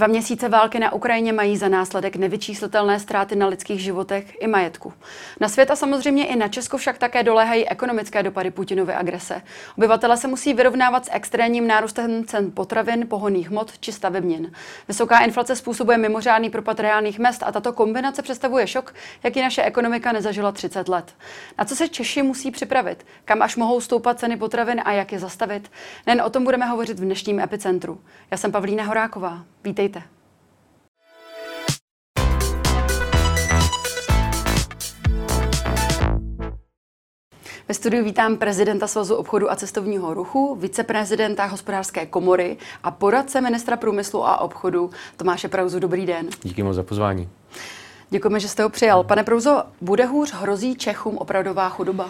2 měsíce války na Ukrajině mají za následek nevyčíslitelné ztráty na lidských životech i majetku. Na svět a samozřejmě i na Česko však také doléhají ekonomické dopady Putinovy agrese. Obyvatelé se musí vyrovnávat s extrémním nárůstem cen potravin, pohonných hmot či stavebnin. Vysoká inflace způsobuje mimořádný propad reálných mezd a tato kombinace představuje šok, jaký naše ekonomika nezažila 30 let. Na co se Češi musí připravit? Kam až mohou stoupat ceny potravin a jak je zastavit? Nejen o tom budeme hovořit v dnešním Epicentru. Já jsem Pavlína Horáková. Vítejte. Ve studiu vítám prezidenta Svazu obchodu a cestovního ruchu, viceprezidenta Hospodářské komory a poradce ministra průmyslu a obchodu Tomáše Prauzu. Dobrý den. Díky moc za pozvání. Děkujeme, že jste ho přijal. Pane Prauzo, bude hůř, hrozí Čechům opravdová chudoba?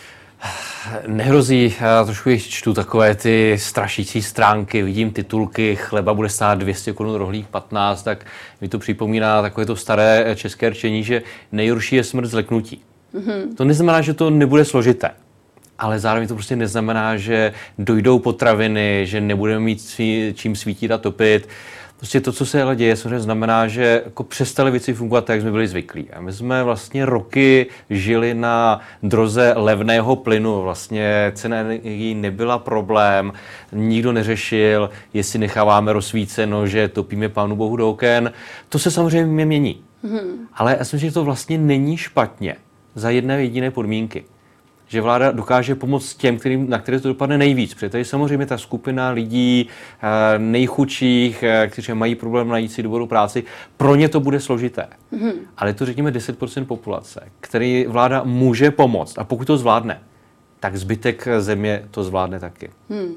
Nehrozí, já trošku jich čtu takové ty strašící stránky, vidím titulky, chleba bude stát 200 korun, rohlík 15, tak mi to připomíná takové to staré české rčení, že nejhorší je smrt z leknutí. To neznamená, že to nebude složité, ale zároveň to prostě neznamená, že dojdou potraviny, že nebudeme mít čím svítit a topit. Prostě to, co se ale děje, znamená, že jako přestaly věci fungovat tak, jak jsme byli zvyklí. A my jsme vlastně roky žili na droze levného plynu. Vlastně cena energií nebyla problém, nikdo neřešil, jestli necháváme rozsvíceno, že topíme Pánu Bohu do oken. To se samozřejmě mění. Ale já si myslím, že to vlastně není špatně za jedné jediné podmínky. Že vláda dokáže pomoct těm, na které to dopadne nejvíc. Protože tady samozřejmě ta skupina lidí nejchudších, kteří mají problém najít si dobrou práci, pro ně to bude složité. Ale to řekněme 10% populace, který vláda může pomoct. A pokud to zvládne, tak zbytek země to zvládne taky.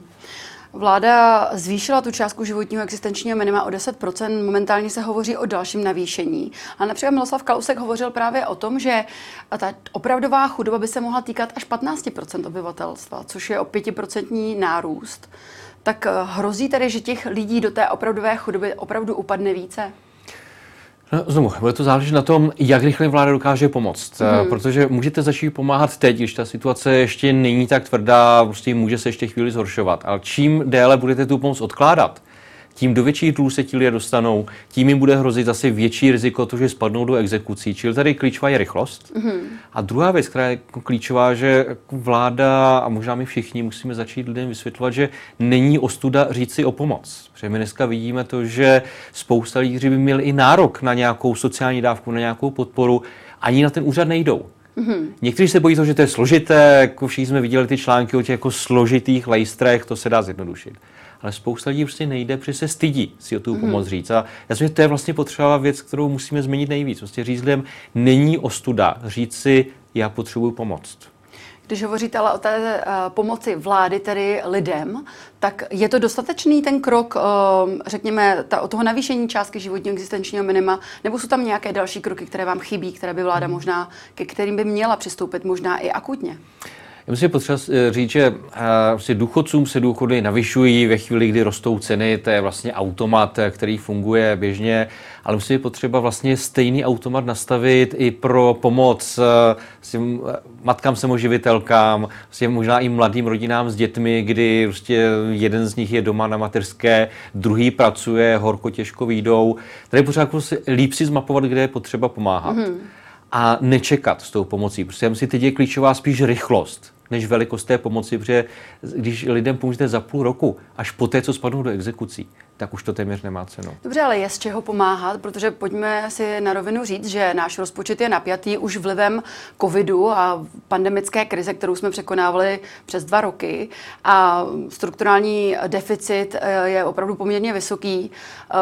Vláda zvýšila tu částku životního existenčního minima o 10%, momentálně se hovoří o dalším navýšení. A například Miroslav Kalousek hovořil právě o tom, že ta opravdová chudoba by se mohla týkat až 15% obyvatelstva, což je o 5% nárůst. Tak hrozí tedy, že těch lidí do té opravdové chudoby opravdu upadne více? No, znovu, bude to záležet na tom, jak rychle vláda dokáže pomoct. Protože můžete začít pomáhat teď, když ta situace ještě není tak tvrdá, prostě může se ještě chvíli zhoršovat. Ale čím déle budete tu pomoc odkládat, tím do větších dluhů se ti lidé dostanou, tím jim bude hrozit zase větší riziko to, že spadnou do exekucí. Čili tady klíčová je rychlost. A druhá věc, která je klíčová, že vláda a možná my všichni musíme začít lidem vysvětlovat, že není ostuda říct si o pomoc. Protože my dneska vidíme to, že spousta lidí, kteří by měli i nárok na nějakou sociální dávku, na nějakou podporu, ani na ten úřad nejdou. Někteří se bojí toho, že to je složité, jako všichni jsme viděli ty články o těch jako složitých lejstrech, to se dá zjednodušit. Ale spousta lidí prostě nejde, protože se stydí si o tu pomoc říct. A já myslím, že to je vlastně potřeba věc, kterou musíme změnit nejvíc. Prostě říct lidem, není ostuda říct si, já potřebuji pomoct. Když hovoříte ale o té pomoci vlády, tedy lidem, tak je to dostatečný ten krok, řekněme, o toho navýšení částky životního existenčního minima, nebo jsou tam nějaké další kroky, které vám chybí, které by vláda možná, ke kterým by měla přistoupit možná i akutně? Já myslím, že potřeba říct, že důchodcům se důchody navyšují ve chvíli, kdy rostou ceny, to je vlastně automat, který funguje běžně, ale myslím, že potřeba vlastně stejný automat nastavit i pro pomoc matkám samoživitelkám, možná i mladým rodinám s dětmi, kdy jeden z nich je doma na mateřské, druhý pracuje, horko těžko vyjdou. Tady potřeba líp si zmapovat, kde je potřeba pomáhat. A nečekat s tou pomocí. Protože já myslím, teď je klíčová spíš rychlost, než velikost té pomoci, protože když lidem pomůžete za půl roku, až poté, co spadnou do exekucí, tak už to téměř nemá cenu. Dobře, ale je z čeho pomáhat, protože pojďme si na rovinu říct, že náš rozpočet je napjatý už vlivem covidu a pandemické krize, kterou jsme překonávali přes 2 roky a strukturální deficit je opravdu poměrně vysoký.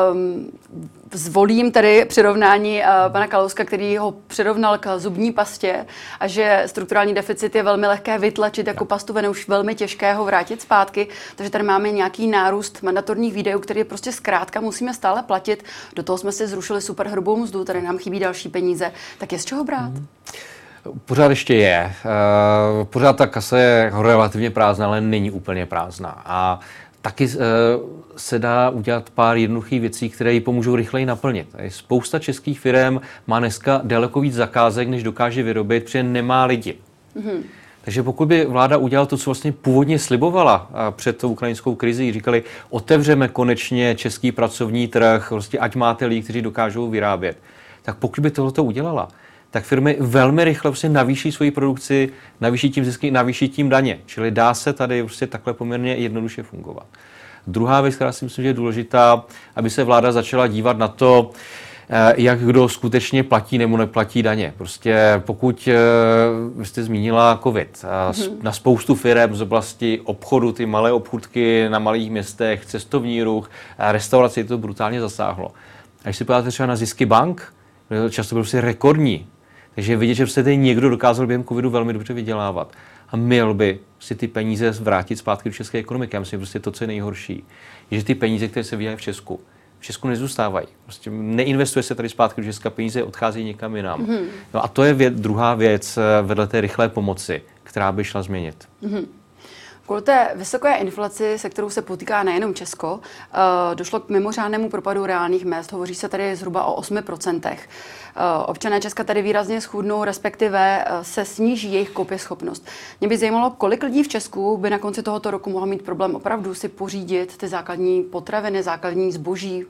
Zvolím tedy přirovnání pana Kalouska, který ho přirovnal k zubní pastě a že strukturální deficit je velmi lehké vytlačit jako pastu ven, už velmi těžké ho vrátit zpátky, takže tady máme nějaký nárůst mandatorních výdajů, který prostě zkrátka musíme stále platit. Do toho jsme si zrušili superhrubou mzdu, tady nám chybí další peníze. Tak je z čeho brát? Pořád ještě je. Pořád ta kasa je relativně prázdná, ale není úplně prázdná. A taky se dá udělat pár jednoduchých věcí, které ji pomůžou rychleji naplnit. Spousta českých firm má dneska daleko víc zakázek, než dokáže vyrobit, protože nemá lidi. Takže pokud by vláda udělala to, co vlastně původně slibovala před tou ukrajinskou krizi, říkali, otevřeme konečně český pracovní trh, prostě ať máte lidi, kteří dokážou vyrábět, tak pokud by tohleto udělala, tak firmy velmi rychle prostě navýší svoji produkci, navýší tím zisky, navýší tím daně. Čili dá se tady prostě takhle poměrně jednoduše fungovat. Druhá věc, která si myslím, že je důležitá, aby se vláda začala dívat na to, jak kdo skutečně platí nebo neplatí daně. Prostě pokud vy jste zmínila covid, na spoustu firem z oblasti obchodu, ty malé obchůdky na malých městech, cestovní ruch, restauraci, to brutálně zasáhlo. A když si podíváte třeba na zisky bank, často byl prostě rekordní. Takže vidět, že prostě někdo dokázal během covidu velmi dobře vydělávat. A měl by si ty peníze vrátit zpátky do české ekonomiky. Já myslím, že prostě to, co je nejhorší, je, že ty peníze, které se vydělají v Česku nezůstávají. Prostě neinvestuje se tady zpátky do Česka, peníze odchází někam jinam. No a to je druhá věc vedle té rychlé pomoci, která by šla změnit. Kvůli té vysoké inflaci, se kterou se potýká nejenom Česko, došlo k mimořádnému propadu reálných mezd. Hovoří se tady zhruba o 8%. Občané Česka tady výrazně schudnou, respektive se sníží jejich koupěschopnost. Mě by zajímalo, kolik lidí v Česku by na konci tohoto roku mohlo mít problém opravdu si pořídit ty základní potraviny, základní zboží.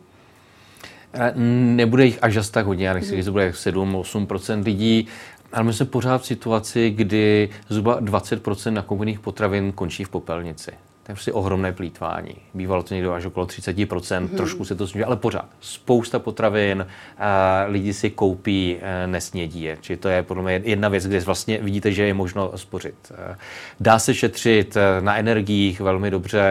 Nebude jich až tak hodně, já nechci, že to bude 7-8% lidí, ale my jsme pořád v situaci, kdy zhruba 20% nakoupených potravin končí v popelnici. To je prostě ohromné plýtvání. Bývalo to někdo až okolo 30%, trošku se to snižuje, ale pořád. Spousta potravin, lidi si koupí, nesnědí je. Čili to je podle mě jedna věc, kde vlastně vidíte, že je možno spořit. Dá se šetřit na energiích velmi dobře.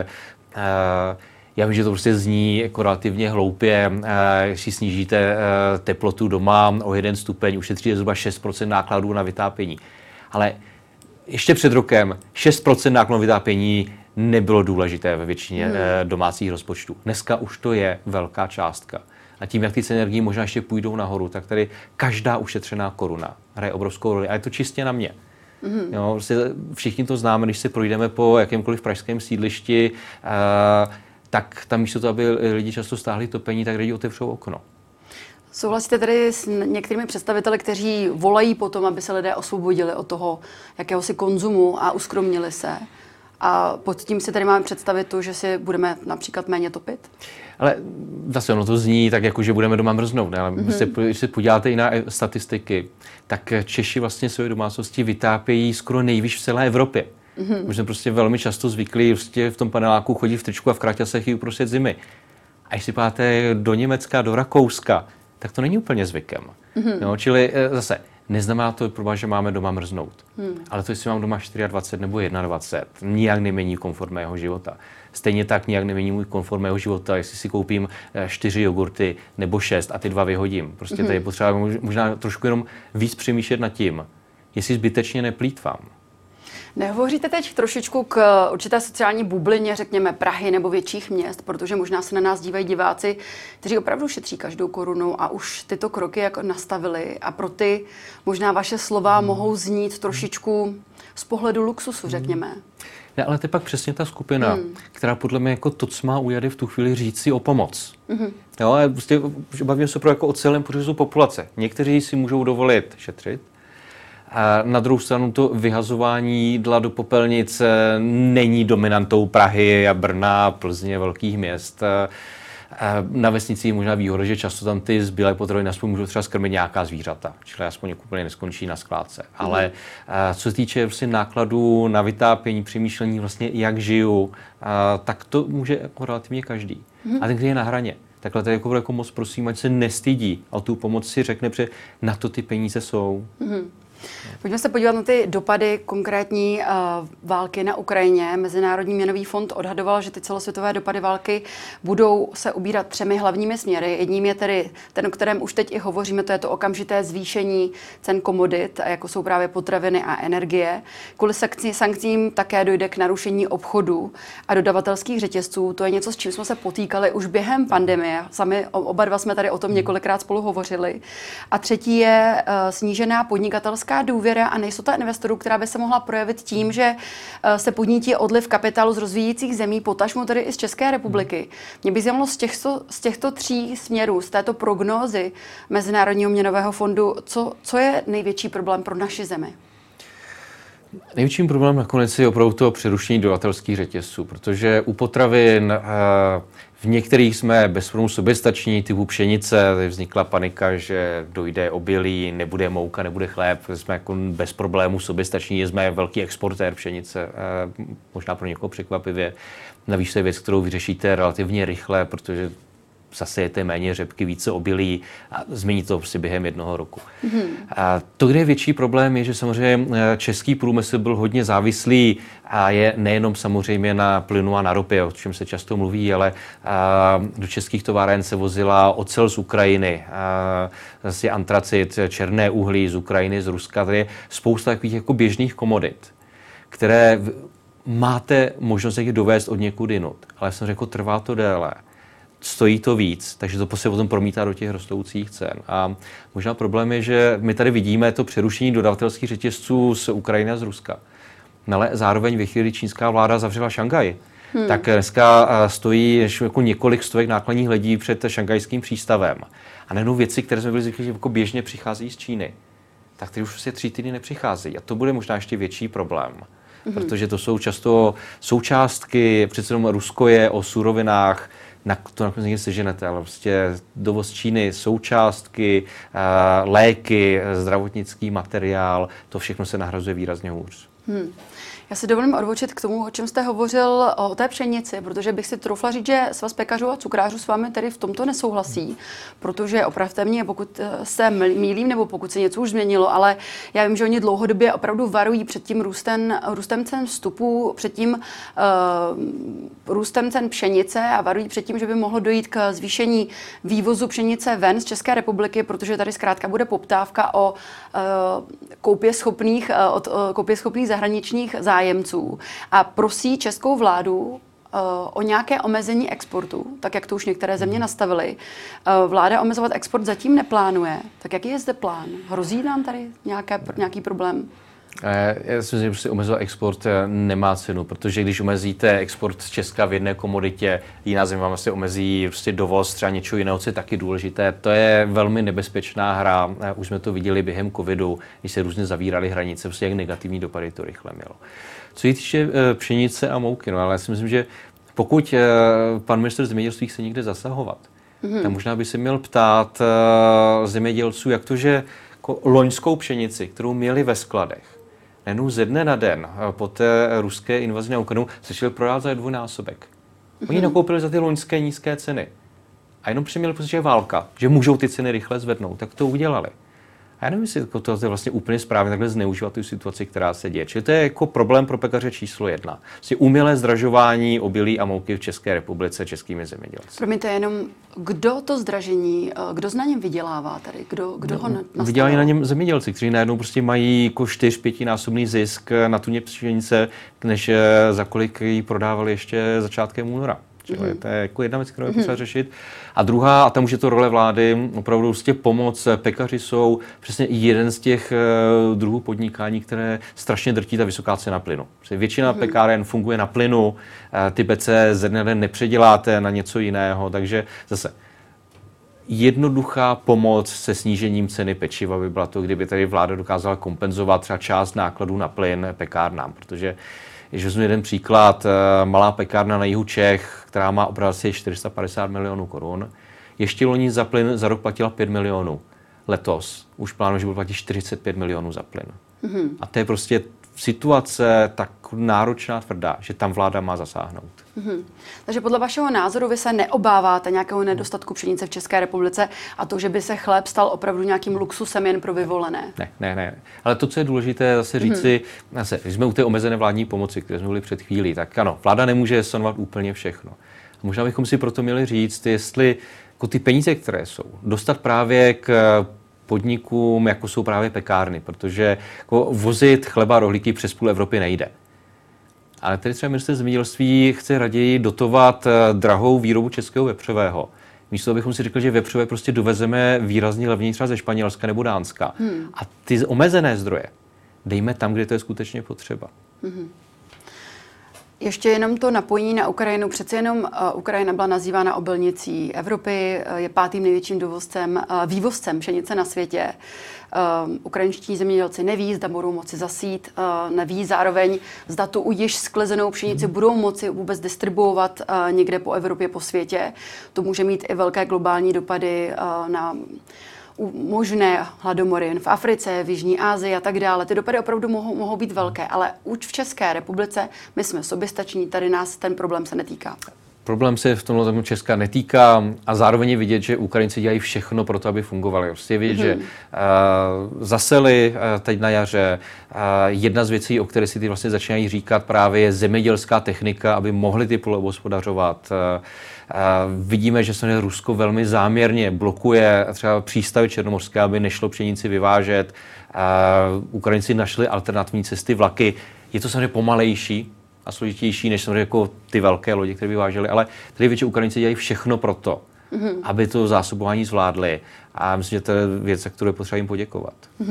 Já vím, že to prostě zní jako relativně hloupě, když snížíte teplotu doma o 1 stupeň, ušetříte zhruba 6% nákladů na vytápění. Ale ještě před rokem 6% nákladů na vytápění nebylo důležité ve většině domácích rozpočtů. Dneska už to je velká částka. A tím, jak ty ceny energií možná ještě půjdou nahoru, tak tady každá ušetřená koruna hraje obrovskou roli. A je to čistě na mě. Jo, prostě všichni to známe, když se projdeme po jakémkoliv pražském sídlišti, tak tam místo toho, aby lidi často stáhli topení, tak lidi otevřou okno. Souhlasíte tedy s některými představiteli, kteří volají potom, aby se lidé osvobodili od toho jakéhosi konzumu a uskromnili se? A pod tím si tady máme představit to, že si budeme například méně topit? Ale zase ono to zní tak, jako že budeme doma mrznout. Ne? Ale když se podíváte i na statistiky, tak Češi vlastně své domácnosti vytápějí skoro nejvíc v celé Evropě. My jsme prostě velmi často zvyklí prostě v tom paneláku chodit v tričku a v kraťasech i uprostřed zimy. A když si podíváte do Německa, do Rakouska, tak to není úplně zvykem. No, čili zase neznamená to, že máme doma mrznout. Ale to, jestli mám doma 24 nebo 21, nijak nemění komfort mého života. Stejně tak nijak nemění můj komfort mého života, jestli si koupím 4 jogurty nebo 6 a ty 2 vyhodím. Prostě tady potřeba možná trošku jenom víc přemýšlet nad tím, jestli zbytečně neplýtvám. Nehovoříte teď trošičku k určité sociální bublině, řekněme Prahy nebo větších měst, protože možná se na nás dívají diváci, kteří opravdu šetří každou korunu a už tyto kroky jako nastavili a pro ty možná vaše slova mohou znít trošičku z pohledu luxusu, řekněme. Ne, ale to je pak přesně ta skupina, která podle mě jako to, co má ujady v tu chvíli říct si o pomoc. Jo, ale prostě bavíme se jako o celém pořezu populace. Někteří si můžou dovolit šetřit, a na druhou stranu to vyhazování jídla do popelnic není dominantou Prahy a Brna, Plzně, velkých měst. Na vesnici je možná výhoda, že často tam ty zbylé potraviny aspoň můžou třeba skrmit nějaká zvířata, čili aspoň úplně neskončí na skládce. Ale co se týče vlastně nákladů na vytápění, přemýšlení vlastně jak žiju, tak to může jako relativně každý. A ten, který je na hraně, takhle tady jako moc prosím, ať se nestydí a tu pomoc si řekne, protože na to ty peníze jsou. Pojďme se podívat na ty dopady konkrétní války na Ukrajině. Mezinárodní měnový fond odhadoval, že ty celosvětové dopady války budou se ubírat 3 hlavními směry. Jedním je tedy ten, o kterém už teď i hovoříme, to je to okamžité zvýšení cen komodit, jako jsou právě potraviny a energie. Kvůli sankcím také dojde k narušení obchodu a dodavatelských řetězců. To je něco, s čím jsme se potýkali už během pandemie. Sami oba dva jsme tady o tom několikrát spolu hovořili. A třetí je snížená podnikatelská důvěra a nejistota investorů, která by se mohla projevit tím, že se podnítí odliv kapitálu z rozvíjejících zemí, potažmo tedy i z České republiky. Mě by zajímalo z těchto 3 směrů, z této prognózy Mezinárodního měnového fondu, co je největší problém pro naši zemi? Největším problémem nakonec je opravdu to přerušení dodavatelských řetězců, protože u potravin v některých jsme bez problémů soběstační, typu pšenice, vznikla panika, že dojde obilí, nebude mouka, nebude chléb, jsme jako bez problémů soběstační, jsme velký exportér pšenice, možná pro někoho překvapivě. Navíc to je věc, kterou vyřešíte relativně rychle, protože zasejete méně řepky, více obilí a změní to prostě během 1 roku. A to, kde je větší problém, je, že samozřejmě český průmysl byl hodně závislý a je nejenom samozřejmě na plynu a na ropě, o čem se často mluví, ale do českých továren se vozila ocel z Ukrajiny, vlastně antracit, černé uhlí z Ukrajiny, z Ruska. Tady je spousta takových jako běžných komodit, které máte možnost je dovést od někud jinut, ale jsem řekl, trvá to déle. Stojí to víc, takže to se potom promítá do těch rostoucích cen. A možná problém je, že my tady vidíme to přerušení dodavatelských řetězců z Ukrajiny a z Ruska. Ale zároveň ve chvíli, kdy čínská vláda zavřela Šanghaj, tak dneska stojí jako několik stovek nákladních lidí před šanghajským přístavem. A najednou věci, které jsme byli zvyklí, že jako běžně přichází z Číny, tak ty už prostě 3 týdny nepřicházejí. A to bude možná ještě větší problém. Protože to jsou často součástky, přece jenom Rusko je o surovinách, to nakonec někdy seženete, ale prostě dovoz Číny, součástky, léky, zdravotnický materiál, to všechno se nahrazuje výrazně hůř. Já si dovolím odbočit k tomu, o čem jste hovořil, o té pšenici, protože bych si troufla říct, že Svaz pekařů a cukrářů s vámi tedy v tomto nesouhlasí, protože opravte mě, pokud se mýlím nebo pokud se něco už změnilo, ale já vím, že oni dlouhodobě opravdu varují před tím růstem cen vstupů, před tím růstem cen pšenice a varují před tím, že by mohlo dojít k zvýšení vývozu pšenice ven z České republiky, protože tady zkrátka bude poptávka o koupě schopných zahraničních zájemců a prosí českou vládu o nějaké omezení exportu, tak jak to už některé země nastavily. Vláda omezovat export zatím neplánuje. Tak jaký je zde plán? Hrozí nám tady nějaký problém? Já si myslím, že prostě omezovat export nemá cenu, protože když omezíte export z Česka v jedné komoditě, jiná země vám vlastně omezí prostě dovoz třeba něčeho jiného, co je taky důležité. To je velmi nebezpečná hra. Už jsme to viděli během covidu, když se různě zavíraly hranice, prostě jak negativní dopady to rychle mělo. Co se týče pšenice a mouky, no ale já si myslím, že pokud pan ministr zemědělství chce někde zasahovat, tak možná by se měl ptát zemědělců, jak to, že jako loňskou pšenici, kterou měli ve skladech, nejenom ze dne na den po té ruské invazi na Ukrajinu se šli prodávat za 2násobek. Oni nakoupili za ty loňské nízké ceny. A jenom přiměli pocit, že je válka, že můžou ty ceny rychle zvednout. Tak to udělali. A já nevím, jestli to je vlastně úplně správně takhle zneužívat tu situaci, která se děje. Čili to je jako problém pro pekaře číslo 1. Vlastně umělé zdražování obilí a mouky v České republice českými zemědělci. Promiňte, jenom kdo to zdražení, kdo na něm vydělává tady? Kdo ho nastavil? Vydělají na něm zemědělci, kteří najednou prostě mají jako 4-5násobný zisk na tuně pšenice, než za kolik ji prodávali ještě začátkem února. To je jako jedna věc, kterou je potřeba řešit. A druhá, a tam už je to role vlády, opravdu prostě pomoc. Pekaři jsou přesně jeden z těch druhů podnikání, které strašně drtí ta vysoká cena plynu. Většina pekáren funguje na plynu, ty pece ze dne na den nepředěláte na něco jiného, takže zase jednoduchá pomoc se snížením ceny pečiva by byla to, kdyby tady vláda dokázala kompenzovat třeba část nákladů na plyn pekárnám, protože když vezmu jeden příklad, malá pekárna na jihu Čech, která má obrat asi 450 milionů korun, ještě loni za plyn za rok platila 5 milionů. Letos už plánuje, že bude platit 45 milionů za plyn. A to je prostě situace tak náročná, tvrdá, že tam vláda má zasáhnout. Takže podle vašeho názoru vy se neobáváte nějakého nedostatku pšenice v České republice a to, že by se chléb stal opravdu nějakým luxusem jen pro vyvolené? Ne. Ale to, co je důležité zase říci, když jsme u té omezené vládní pomoci, které jsme byli před chvílí, tak ano, vláda nemůže sanovat úplně všechno. A možná bychom si proto měli říct, jestli jako ty peníze, které jsou, dostat právě k podnikům, jako jsou právě pekárny, protože jako vozit chleba a rohlíky přes půl Evropy nejde. Ale tady třeba ministr zemědělství chce raději dotovat drahou výrobu českého vepřového. Místo bychom si řekli, že vepřové prostě dovezeme výrazně levněji třeba ze Španělska nebo Dánska. A ty omezené zdroje dejme tam, kde to je skutečně potřeba. Ještě jenom to napojení na Ukrajinu. Přece jenom Ukrajina byla nazývána obilnicí Evropy, je pátým největším vývozcem pšenice na světě. Ukrajinští zemědělci neví, zda budou moci zasít, neví zároveň, zda tu již sklizenou pšenici budou moci vůbec distribuovat někde po Evropě, po světě. To může mít i velké globální dopady na možné hladomory v Africe, v Jižní Asii a tak dále. Ty dopady opravdu mohou být velké, ale už v České republice my jsme soběstační, tady nás ten problém se netýká. Problém se v tomhle Česka netýká a zároveň je vidět, že Ukrajinci dělají všechno pro to, aby fungovali. Prostě je vidět, že zaseli teď na jaře. Jedna z věcí, o které si ty vlastně začínají říkat, právě je zemědělská technika, aby mohli ty pole obhospodařovat. Vidíme, že se Rusko velmi záměrně blokuje třeba přístavy černomorské, aby nešlo pšenici vyvážet. Ukrajinci našli alternativní cesty, vlaky. Je to samozřejmě pomalejší a složitější, než samozřejmě jako ty velké lodě, které vyvážely, ale tady většinou Ukrajinci dělají všechno pro to, aby to zásobování zvládli. A myslím, že to je věc, za kterou je potřeba jim poděkovat.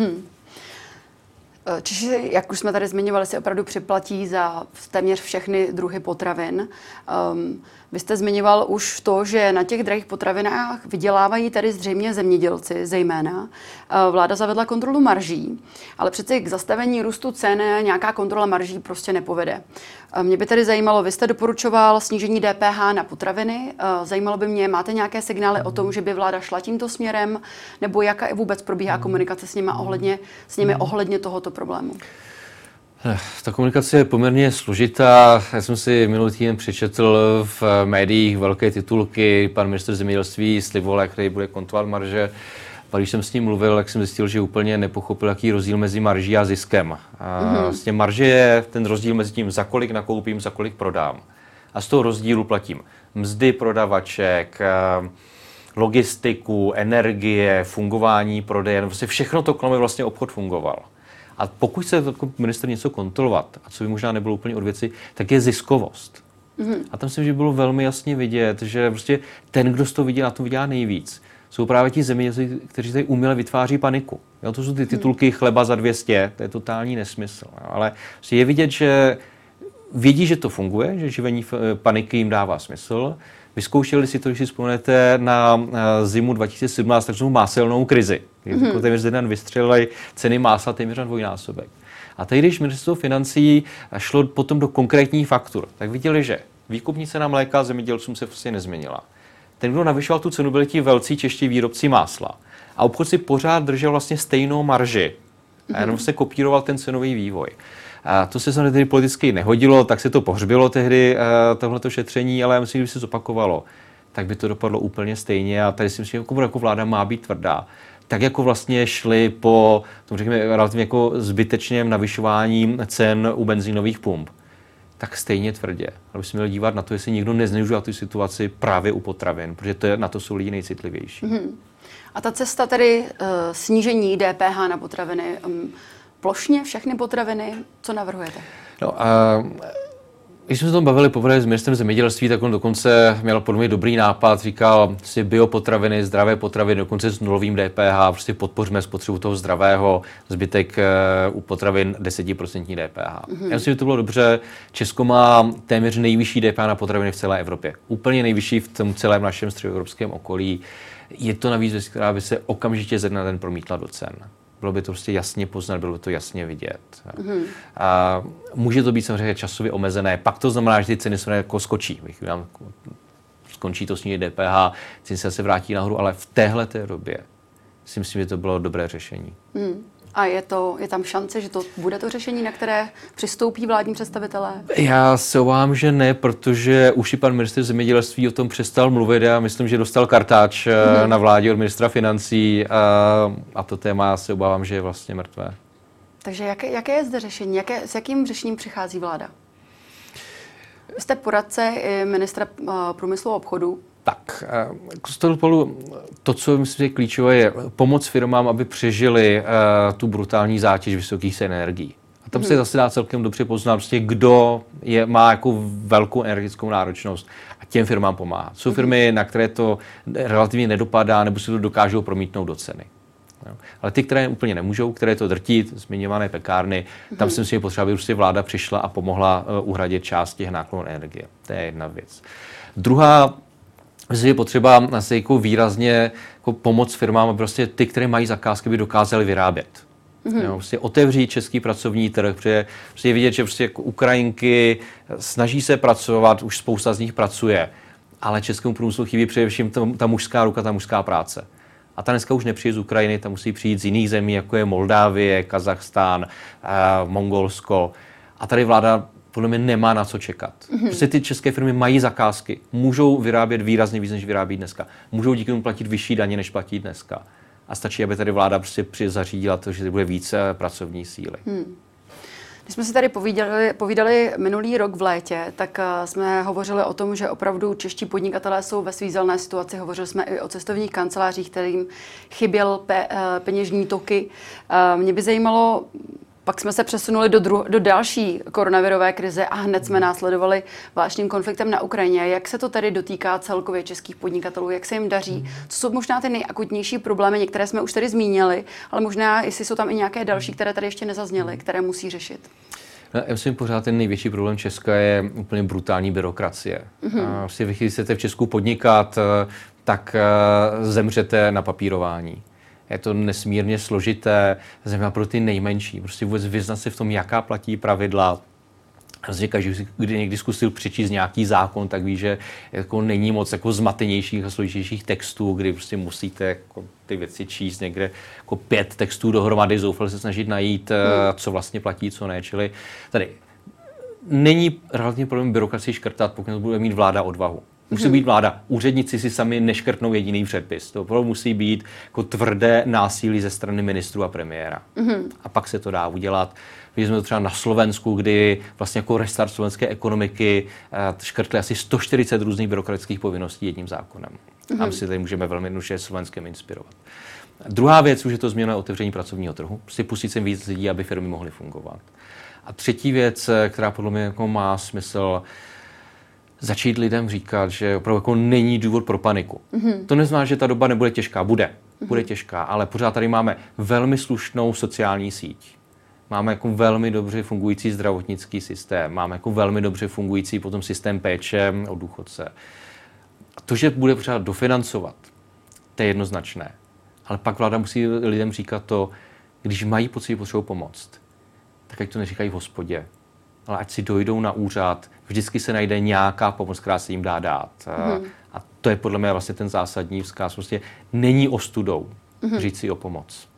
Češi, jak už jsme tady zmiňovali, si opravdu připlatí za téměř všechny druhy potravin. Vy jste zmiňoval už to, že na těch drahých potravinách vydělávají tady zřejmě zemědělci zejména. Vláda zavedla kontrolu marží, ale přeci k zastavení růstu cen nějaká kontrola marží prostě nepovede. Mě by tedy zajímalo, vy jste doporučoval snížení DPH na potraviny. Zajímalo by mě, máte nějaké signály o tom, že by vláda šla tímto směrem, nebo jaká vůbec probíhá komunikace s nimi ohledně tohoto problému? Ta komunikace je poměrně složitá. Já jsem si minulý týden přečetl v médiích velké titulky. Pan ministr zemědělství sliboval, jak bude kontrolovat marže. Pak když jsem s ním mluvil, tak jsem zjistil, že úplně nepochopil, jaký je rozdíl mezi marží a ziskem. Vlastně marže je ten rozdíl mezi tím, za kolik nakoupím, za kolik prodám. A z toho rozdílu platím mzdy prodavaček, logistiku, energie, fungování prodeje. Vlastně všechno to, kolem vlastně obchod fungoval. A pokud chce jako ministr něco kontrolovat, a co by možná nebylo úplně od věci, tak je ziskovost. A tam si myslím, že bylo velmi jasně vidět, že prostě ten, kdo z toho vidí, na tom vydělá nejvíc, jsou právě ti zemědělci, kteří tady uměle vytváří paniku. Jo, to jsou ty titulky chleba za 200, to je totální nesmysl. Jo, ale je vidět, že vědí, že to funguje, že živení paniky jim dává smysl. Vyzkoušeli si to, když si vzpomenete na zimu 2017, takzvanou máselnou krizi. Téměř ze den vystřelili ceny másla téměř na dvojnásobek. A teď, když ministerstvo financí šlo potom do konkrétních faktur, tak viděli, že výkupní cena mléka zemědělcům se prostě nezměnila. Ten, kdo navyšoval tu cenu, byli ti velcí čeští výrobci másla. A obchod si pořád držel vlastně stejnou marži. A jenom se kopíroval ten cenový vývoj. A to se samozřejmě tedy politicky nehodilo, tak se to pohřbilo tehdy, tohleto šetření, ale já myslím, že by se zopakovalo, tak by to dopadlo úplně stejně. A tady si myslím, že jako vláda má být tvrdá. Tak jako vlastně šli po tom, řekněme, relativně jako zbytečném navyšování cen u benzínových pump, tak stejně tvrdě. Ale bychom měli dívat na to, jestli někdo nezneužívá tu situaci právě u potravin, protože na to jsou lidi nejcitlivější. A ta cesta tedy snížení DPH na potraviny, plošně všechny potraviny, co navrhujete? No, když jsme se tom bavili poprvé s ministrem zemědělství, tak on dokonce měl podle mě dobrý nápad, říkal si biopotraviny, zdravé potraviny, dokonce s nulovým DPH, prostě podpoříme spotřebu toho zdravého, zbytek u potravin 10% DPH. Já myslím, že to bylo dobře. Česko má téměř nejvyšší DPH na potraviny v celé Evropě. Úplně nejvyšší v tom celém našem středoevropském okolí. Je to navíc věc, která by se okamžitě ze dne na den promítla do cen. Bylo by to prostě jasně poznat, bylo by to jasně vidět. A může to být samozřejmě časově omezené, pak to znamená, že ty ceny se jako skočí. Skončí to snížení DPH, ceny se vrátí nahoru, ale v téhleté době si myslím, že to bylo dobré řešení. A je tam šance, že to bude to řešení, na které přistoupí vládní představitelé? Já se obávám, že ne, protože už i pan ministr zemědělství o tom přestal mluvit. Já myslím, že dostal kartáč na vládě od ministra financí a to téma se obávám, že je vlastně mrtvé. Takže jaké je zde řešení? S jakým řešením přichází vláda? Vy jste poradce ministra průmyslu a obchodu. Tak, z toho pohledu to, co myslím, že je klíčové, je pomoc firmám, aby přežili tu brutální zátěž vysokých cen energií. A tam se zase dá celkem dobře poznat, prostě, kdo má jako velkou energetickou náročnost a těm firmám pomáhat. Jsou firmy, na které to relativně nedopadá, nebo si to dokážou promítnout do ceny. Jo. Ale ty, které úplně nemůžou, které to drtí, zmiňované pekárny, tam si myslím, že potřeba, aby prostě vláda přišla a pomohla uhradit část těch nákladů energie. To je jedna věc. Druhá, je potřeba asi jako výrazně jako pomoct firmám, aby prostě ty, které mají zakázky, by dokázaly vyrábět. Jo, prostě otevřít český pracovní trh, protože prostě je vidět, že prostě jako Ukrajinky snaží se pracovat, už spousta z nich pracuje, ale českému průmyslu chybí především ta mužská ruka, ta mužská práce. A ta dneska už nepřijde z Ukrajiny, ta musí přijít z jiných zemí, jako je Moldávie, Kazachstán, Mongolsko. A tady vláda podle mě nemá na co čekat. Prostě ty české firmy mají zakázky, můžou vyrábět výrazně víc, než vyrábí dneska. Můžou díky tomu platit vyšší daně, než platí dneska. A stačí, aby tady vláda prostě zařídila to, že bude více pracovní síly. Když jsme si tady povídali minulý rok v létě, tak jsme hovořili o tom, že opravdu čeští podnikatelé jsou ve svízelné situaci. Hovořili jsme i o cestovních kancelářích, kterým chyběl peněžní toky. Mě by zajímalo, pak jsme se přesunuli do další koronavirové krize a hned jsme následovali vážným konfliktem na Ukrajině. Jak se to tedy dotýká celkově českých podnikatelů? Jak se jim daří? Co jsou možná ty nejakutnější problémy? Některé jsme už tady zmínili, ale možná, jestli jsou tam i nějaké další, které tady ještě nezazněly, které musí řešit. No, já myslím, pořád ten největší problém Česka je úplně brutální byrokracie. Vy chcete v Česku podnikat, tak zemřete na papírování. Je to nesmírně složité, zejména pro ty nejmenší. Prostě vůbec vyznat se v tom, jaká platí pravidla. Každý, kdy někdy zkusil přečíst nějaký zákon, tak ví, že jako není moc jako zmatenějších a složitějších textů, kdy prostě musíte jako ty věci číst někde jako 5 textů dohromady, zoufale se snažit najít, co vlastně platí, co ne. Čili tady není relativně problém byrokracii škrtat, pokud bude mít vláda odvahu. Musí být vláda. Úředníci si sami neškrtnou jediný předpis. To opravdu musí být jako tvrdé násilí ze strany ministrů a premiéra. A pak se to dá udělat. Viděli jsme to třeba na Slovensku, kdy vlastně jako restart slovenské ekonomiky škrtli asi 140 různých byrokratických povinností jedním zákonem. A my si tady můžeme velmi jednoduše Slovenskem inspirovat. Druhá věc už je to změna otevření pracovního trhu. Prostě pustit sem víc lidí, aby firmy mohly fungovat. A třetí věc, která podle mě jako má smysl, začít lidem říkat, že opravdu jako není důvod pro paniku. To neznamená, že ta doba nebude těžká. Bude těžká, ale pořád tady máme velmi slušnou sociální síť. Máme jako velmi dobře fungující zdravotnický systém, máme jako velmi dobře fungující potom systém péče o důchodce. A to, že bude pořád dofinancovat, to je jednoznačné. Ale pak vláda musí lidem říkat to, když mají pocit, že potřebují pomoct, tak ať to neříkají v hospodě, ale ať si dojdou na úřad, vždycky se najde nějaká pomoc, která se jim dá dát. A to je podle mě vlastně ten zásadní vzkaz. Prostě není ostudou říct si o pomoc.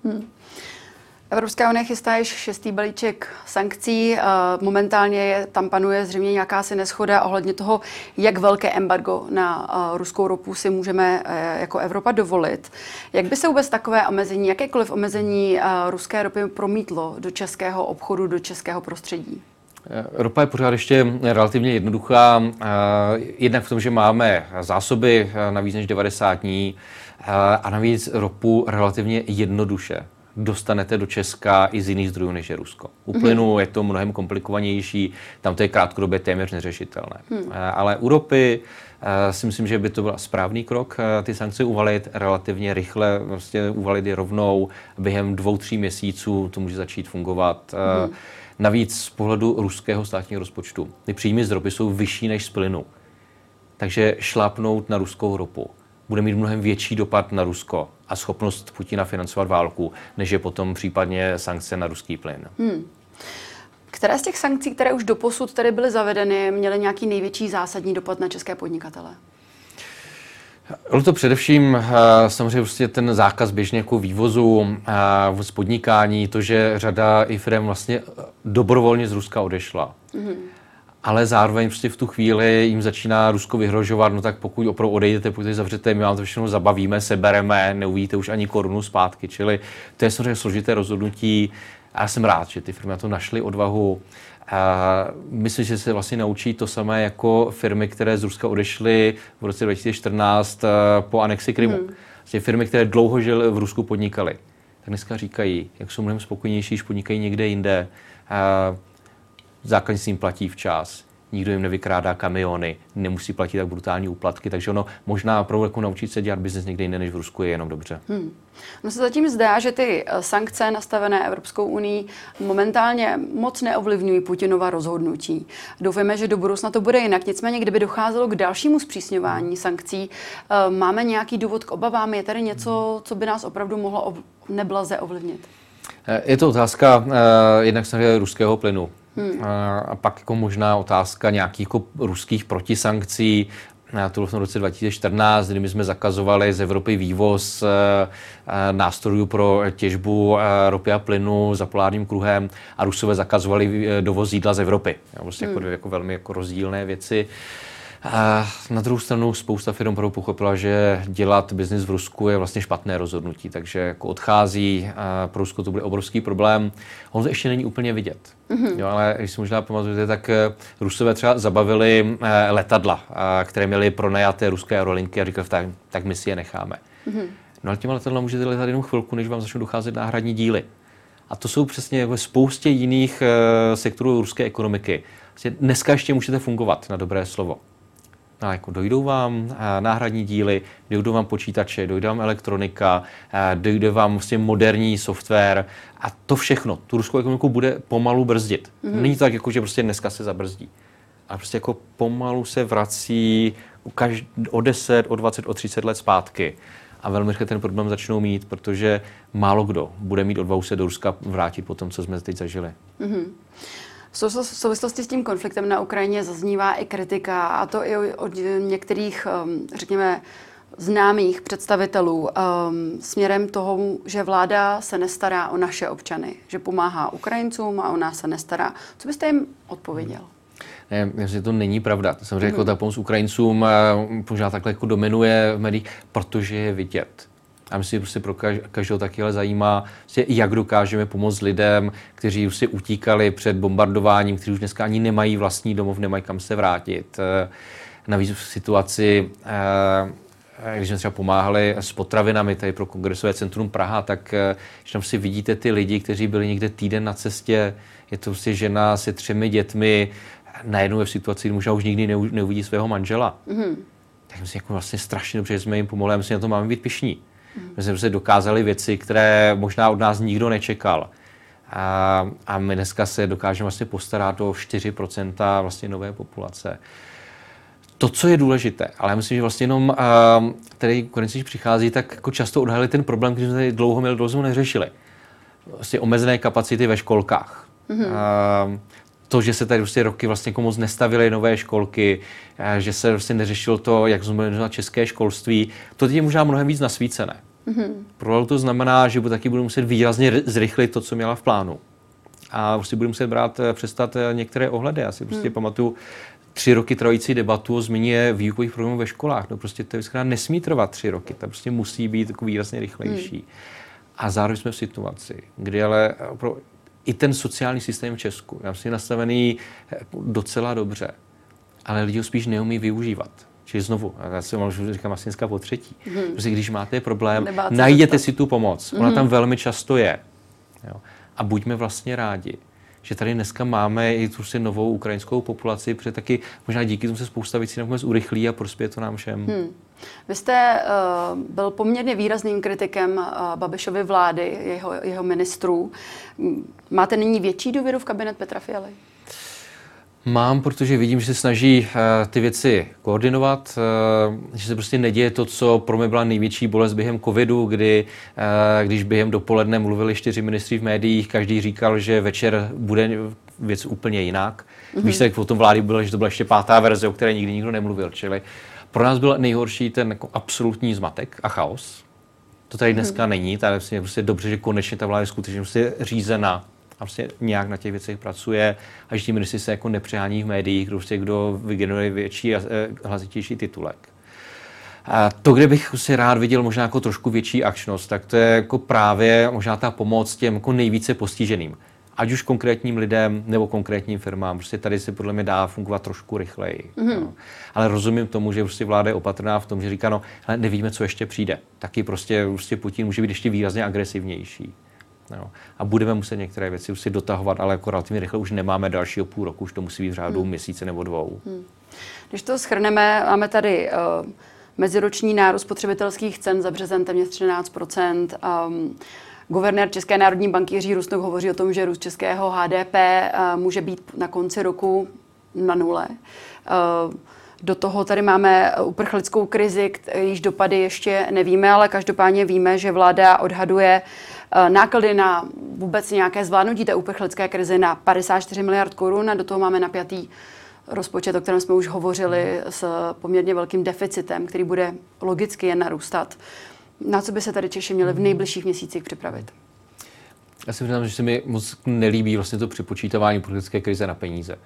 Evropská unie chystá již 6. balíček sankcí. Momentálně tam panuje zřejmě nějaká neshoda ohledně toho, jak velké embargo na ruskou ropu si můžeme jako Evropa dovolit. Jak by se vůbec takové omezení, jakékoliv omezení ruské ropy promítlo do českého obchodu, do českého prostředí? Ropa je pořád ještě relativně jednoduchá, jednak v tom, že máme zásoby na víc než 90 dní a navíc ropu relativně jednoduše dostanete do Česka i z jiných zdrojů, než je Rusko. U plynu je to mnohem komplikovanější, tam to je krátkodobě téměř neřešitelné. Ale u ropy si myslím, že by to byl správný krok, ty sankce uvalit relativně rychle, vlastně uvalit je rovnou, během 2-3 měsíců to může začít fungovat. Navíc z pohledu ruského státního rozpočtu ty příjmy z ropy jsou vyšší než z plynu. Takže šlápnout na ruskou ropu bude mít mnohem větší dopad na Rusko a schopnost Putina financovat válku, než je potom případně sankce na ruský plyn. Které z těch sankcí, které už doposud tady byly zavedeny, měly nějaký největší zásadní dopad na české podnikatele? Bylo to především samozřejmě prostě ten zákaz běžně jako vývozu, z podnikání, to, že řada i firem vlastně dobrovolně z Ruska odešla. Ale zároveň prostě v tu chvíli jim začíná Rusko vyhrožovat, no tak pokud opravdu odejdete, pokud zavřete, my vám to všechno zabavíme, sebereme, neuvidíte už ani korunu zpátky. Čili to je samozřejmě složité rozhodnutí a já jsem rád, že ty firmy na to našly odvahu. Myslím, že se vlastně naučí to samé jako firmy, které z Ruska odešly v roce 2014 po anexi Krymu. Vlastně firmy, které dlouho žily v Rusku, podnikaly. Tak dneska říkají, jak jsou mnohem spokojenější, když podnikají někde jinde. Zákazníci jim platí včas. nikdo jim nevykrádá kamiony, nemusí platit tak brutální úplatky, takže ono možná opravdu jako naučit se dělat biznes někde jinde než v Rusku je jenom dobře. No se zatím zdá, že ty sankce nastavené Evropskou unii momentálně moc neovlivňují Putinova rozhodnutí. Doufejme, že do budoucna to bude jinak. Nicméně, kdyby docházelo k dalšímu zpřísňování sankcí, máme nějaký důvod k obavám? Je tady něco, co by nás opravdu mohlo neblaze ovlivnit? Je to otázka jednak samozřejmě ruského plynu. A pak jako možná otázka nějakých jako ruských protisankcí. To bylo v roce 2014, kdy my jsme zakazovali z Evropy vývoz nástrojů pro těžbu ropy a plynu za polárním kruhem a Rusové zakazovali dovoz jídla z Evropy. Prostě jako velmi jako rozdílné věci. A na druhou stranu spousta firm pochopila, že dělat biznis v Rusku je vlastně špatné rozhodnutí, takže jako odchází. Pro Rusko to bude obrovský problém. On to ještě není úplně vidět. Jo, ale když si možná pamatujete, tak Rusové třeba zabavili letadla, které měly pronajaté ruské aerolinky a říkali, tak my si je necháme. No ale těma letadla můžete letat jenom chvilku, než vám začnou docházet náhradní díly. A to jsou přesně ve spoustě jiných sektorů ruské ekonomiky. Vlastně dneska ještě můžete fungovat, na dobré slovo. No, jako dojdou vám náhradní díly, dojdou vám počítače, dojde vám elektronika, dojde vám vlastně moderní software a to všechno, tu ruskou ekonomiku bude pomalu brzdit. Není to tak, jako, že prostě dneska se zabrzdí. A prostě jako pomalu se vrací o 10, o 20, o 30 let zpátky. A velmi rychle ten problém začnou mít, protože málo kdo bude mít odvahu se do Ruska vrátit po tom, co jsme teď zažili. V souvislosti s tím konfliktem na Ukrajině zaznívá i kritika, a to i od některých, řekněme, známých představitelů směrem toho, že vláda se nestará o naše občany, že pomáhá Ukrajincům a o nás se nestará. Co byste jim odpověděl? Ne, že to není pravda. Samozřejmě jako ta pomoc Ukrajincům možná takhle jako dominuje v médiích, protože je vidět. A myslím, že prostě pro každého taky zajímá, jak dokážeme pomoct lidem, kteří už si utíkali před bombardováním, kteří už dneska ani nemají vlastní domov, nemají kam se vrátit. Navíc v situaci, když jsme třeba pomáhali s potravinami tady pro Kongresové centrum Praha, tak když tam si vidíte ty lidi, kteří byli někde týden na cestě, je to prostě žena se 3 dětmi, najednou je v situaci, kdy možná už nikdy neuvidí svého manžela. Tak myslím, jako vlastně strašně dobře, že jsme jim pomohli a myslím, že na to máme být pyšní. My jsme prostě dokázali věci, které možná od nás nikdo nečekal. A my dneska se dokážeme vlastně postarat o 4% vlastně nové populace. To, co je důležité, ale já myslím, že vlastně jenom tady Ukrajinci přichází, tak jako často odhalili ten problém, který jsme tady dlouho neřešili. Vlastně omezené kapacity ve školkách. To, že se tady prostě roky vlastně moc nestavily nové školky, že se vlastně neřešilo to, jak změnilo české školství, to teď je možná mnohem víc nasvícené. Pro to znamená, že taky budu muset výrazně zrychlit to, co měla v plánu. A prostě budu muset přestat některé ohledy. Já si prostě pamatuju 3 roky trvající debatu o změně výukových programů ve školách. No prostě to nesmí trvat 3 roky, to prostě musí být jako výrazně rychlejší. A zároveň jsme v situaci, kdy ale i ten sociální systém v Česku je nastavený docela dobře, ale lidi ho spíš neumí využívat. Čili znovu, já si říkám asi dneska po třetí. Protože když máte problém, najděte si tu pomoc. Ona tam velmi často je. Jo. A buďme vlastně rádi, že tady dneska máme i tu si novou ukrajinskou populaci, protože taky možná díky tomu se spousta věcí nakonec urychlí a prospěje to nám všem. Vy jste byl poměrně výrazným kritikem Babišovy vlády, jeho ministrů. Máte nyní větší důvěru v kabinet Petra Fialy? Mám, protože vidím, že se snaží ty věci koordinovat, že se prostě neděje to, co pro mě byla největší bolest během covidu, když během dopoledne mluvili 4 ministři v médiích, každý říkal, že večer bude věc úplně jinak. Výsledek o tom vlády byl, že to byla ještě 5. verze, o které nikdy nikdo nemluvil. Čili pro nás byl nejhorší ten jako absolutní zmatek a chaos. To tady dneska není, tady je prostě dobře, že konečně ta vláda je skutečně prostě řízená a prostě nějak na těch věcech pracuje a že ti ministři se jako nepřehání v médiích, kdo vygeneruje větší a hlasitější titulek. A to, kde bych si rád viděl možná jako trošku větší akčnost, tak to je jako právě možná ta pomoc těm jako nejvíce postiženým. Ať už konkrétním lidem nebo konkrétním firmám. Prostě tady se podle mě dá fungovat trošku rychleji. No. Ale rozumím tomu, že prostě vláda je opatrná v tom, že říká, no, ale nevíme, co ještě přijde. Taky prostě Putin může být ještě výrazně agresivnější. Jo. A budeme muset některé věci už si dotahovat, ale jako relativně rychle už nemáme dalšího půl roku, už to musí být v řádu měsíce nebo 2. Když to shrneme, máme tady meziroční nárůst spotřebitelských cen za březen téměř 13%. Guvernér České národní banky Jiří Rusnok hovoří o tom, že růst českého HDP může být na konci roku na nule. Do toho tady máme uprchlickou krizi, jejíž dopady ještě nevíme, ale každopádně víme, že vláda odhaduje náklady na vůbec nějaké zvládnutí té uprchlické krize na 54 miliard korun a do toho máme napjatý rozpočet, o kterém jsme už hovořili, s poměrně velkým deficitem, který bude logicky jen narůstat. Na co by se tady Češi měli v nejbližších měsících připravit? Já si myslím, že se mi moc nelíbí vlastně to připočítávání politické krize na peníze.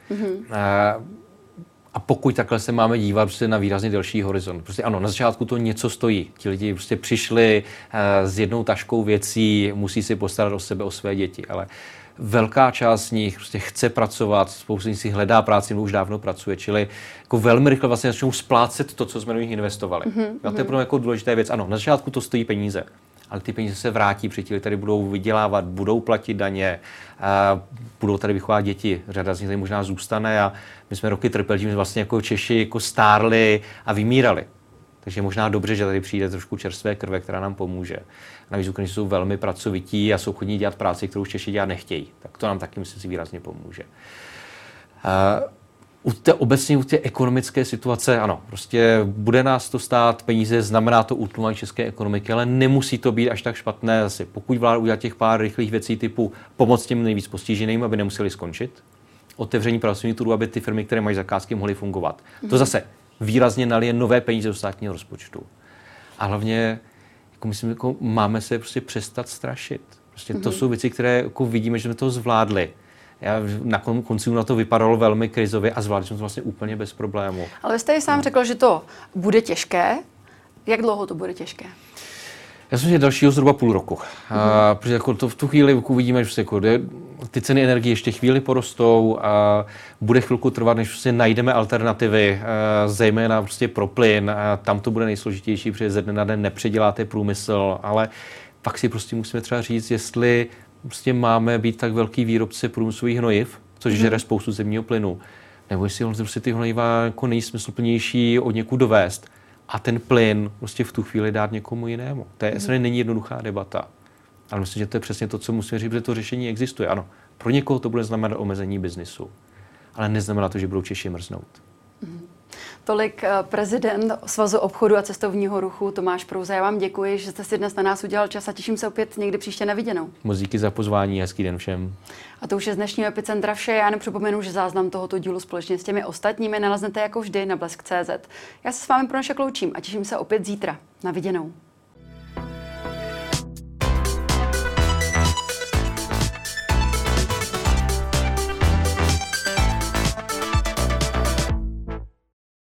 A pokud takhle se máme dívat prostě na výrazně delší horizont. Prostě ano, na začátku to něco stojí. Ti lidi prostě přišli s jednou taškou věcí, musí si postarat o sebe, o své děti, ale velká část z nich prostě chce pracovat, spousta z nich si hledá práci, nebo už dávno pracuje, čili jako velmi rychle vlastně začnou splácet to, co jsme do nich investovali. A to je pro mě jako důležitá věc. Ano, na začátku to stojí peníze, ale ty peníze se vrátí, protože ti tady budou vydělávat, budou platit daně, budou tady vychovávat děti. Řada z nich tady možná zůstane a my jsme roky trpěli, že vlastně jako Češi jako stárli a vymírali. Takže je možná dobře, že tady přijde trošku čerstvé krve, která nám pomůže. Navíc Ukrajinci jsou velmi pracovití a jsou chodní dělat práci, kterou Češi dělat nechtějí. Tak to nám taky, myslím si, výrazně pomůže. U té ekonomické situace, ano, prostě bude nás to stát peníze, znamená to utlumení české ekonomiky, ale nemusí to být až tak špatné. Zase, pokud vláda udělá těch pár rychlých věcí typu pomoc těm nejvíc postiženým, aby nemuseli skončit, otevření pracovních trhů, aby ty firmy, které mají zakázky, mohly fungovat. To zase výrazně nalije nové peníze do státního rozpočtu. A hlavně jako myslím, jako máme se prostě přestat strašit. Prostě to jsou věci, které jako vidíme, že jsme to zvládli. Na konci na to vypadalo velmi krizově a zvládli jsme to vlastně úplně bez problému. Ale vy jste sám řekl, že to bude těžké. Jak dlouho to bude těžké? Já jsem, že dalšího zhruba půl roku. Protože jako to v tu chvíli uvidíme, že jako ty ceny energie ještě chvíli porostou a bude chvilku trvat, než prostě najdeme alternativy, zejména prostě pro plyn. Tam to bude nejsložitější, protože ze dne na den nepředěláte průmysl, ale pak si prostě musíme třeba říct, jestli prostě máme být tak velký výrobce průmyslových hnojiv, což žere spoustu zemního plynu, nebo jestli prostě ty hnojiva jako nejsmysluplnější od někud dovést a ten plyn prostě v tu chvíli dát někomu jinému. To je není jednoduchá debata. Ale myslím, že to je přesně to, co musíme říct, že to řešení existuje. Ano, pro někoho to bude znamenat omezení biznisu, ale neznamená to, že budou Češi mrznout. Tolik prezident Svazu obchodu a cestovního ruchu Tomáš Prouza. Já vám děkuji, že jste si dnes na nás udělal čas a těším se opět někdy příště na viděnou. Moc díky za pozvání, hezký den všem. A to už je z dnešního Epicentra vše. Já nepřipomenu, že záznam tohoto dílu společně s těmi ostatními naleznete jako vždy na blesk.cz. Já se s vámi pro naše loučím a těším se opět zítra. Na viděnou.